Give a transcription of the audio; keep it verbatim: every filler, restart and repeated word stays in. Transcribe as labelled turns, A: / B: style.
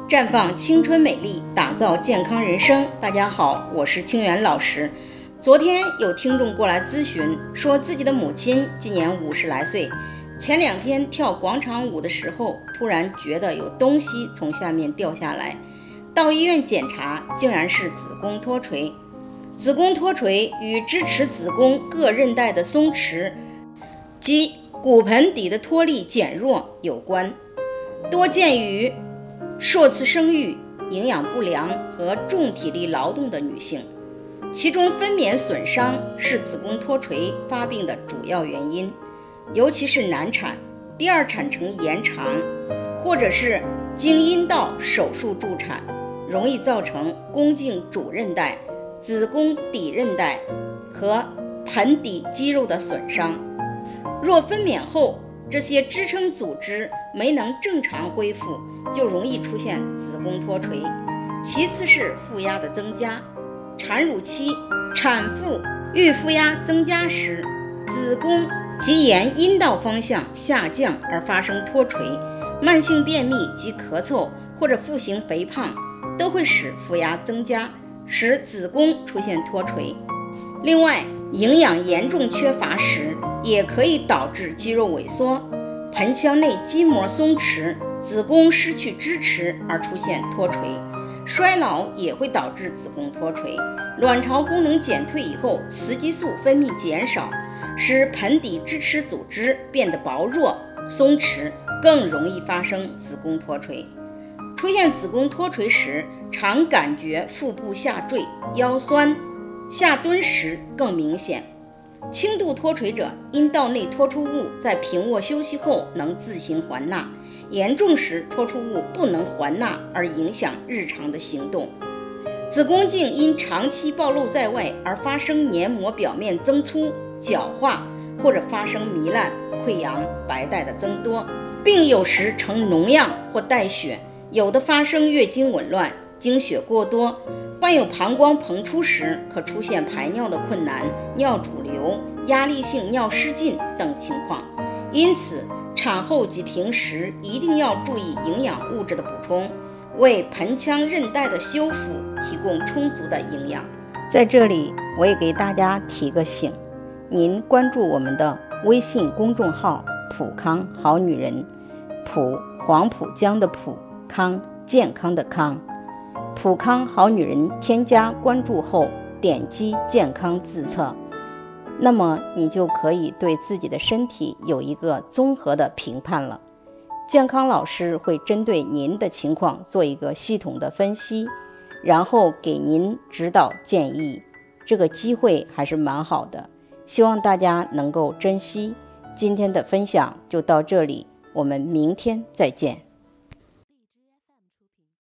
A: 绽放青春美丽，打造健康人生。大家好，我是清源老师。昨天有听众过来咨询，说自己的母亲今年五十来岁，前两天跳广场舞的时候，突然觉得有东西从下面掉下来，到医院检查，竟然是子宫脱垂。子宫脱垂与支持子宫各韧带的松弛及骨盆底的脱力减弱有关，多见于数次生育、营养不良和重体力劳动的女性，其中分娩损伤是子宫脱垂发病的主要原因，尤其是难产、第二产程延长，或者是经阴道手术助产，容易造成宫颈主韧带、子宫底韧带和盆底肌肉的损伤。若分娩后这些支撑组织没能正常恢复，就容易出现子宫脱垂。其次是腹压的增加，产乳期产妇遇腹压增加时，子宫即沿阴道方向下降而发生脱垂，慢性便秘及咳嗽或者腹型肥胖都会使腹压增加，使子宫出现脱垂。另外，营养严重缺乏时也可以导致肌肉萎缩，盆腔内筋膜松弛，子宫失去支持而出现脱垂。衰老也会导致子宫脱垂。卵巢功能减退以后，雌激素分泌减少，使盆底支持组织变得薄弱松弛，更容易发生子宫脱垂。出现子宫脱垂时，常感觉腹部下坠、腰酸，下蹲时更明显。轻度脱垂者，阴道内脱出物在平卧休息后能自行还纳，严重时脱出物不能还纳而影响日常的行动。子宫颈因长期暴露在外而发生黏膜表面增粗、角化，或者发生糜烂、溃疡、白带的增多，并有时呈脓样或带血，有的发生月经紊乱、经血过多，伴有膀胱膨出时，可出现排尿的困难、尿主流、压力性尿失禁等情况。因此，产后及平时一定要注意营养物质的补充，为盆腔韧带的修复提供充足的营养。在这里，我也给大家提个醒，您关注我们的微信公众号普康好女人，普黄浦江的普，康健康的康，普康好女人添加关注后，点击健康自测，那么你就可以对自己的身体有一个综合的评判了。健康老师会针对您的情况做一个系统的分析，然后给您指导建议。这个机会还是蛮好的，希望大家能够珍惜。今天的分享就到这里，我们明天再见。